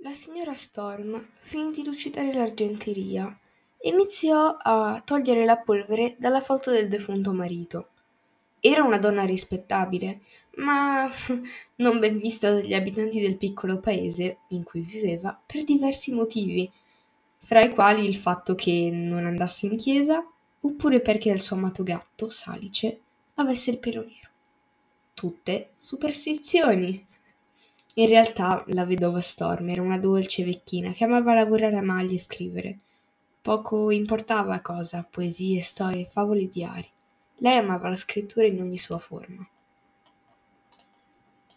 La signora Storm finì di lucidare l'argenteria e iniziò a togliere la polvere dalla foto del defunto marito. Era una donna rispettabile, ma non ben vista dagli abitanti del piccolo paese in cui viveva per diversi motivi, fra i quali il fatto che non andasse in chiesa, oppure perché il suo amato gatto, Salice, avesse il pelo nero. Tutte superstizioni. In realtà la vedova Storm era una dolce vecchina che amava lavorare a maglia e scrivere. Poco importava cosa, poesie, storie, favole e diari. Lei amava la scrittura in ogni sua forma.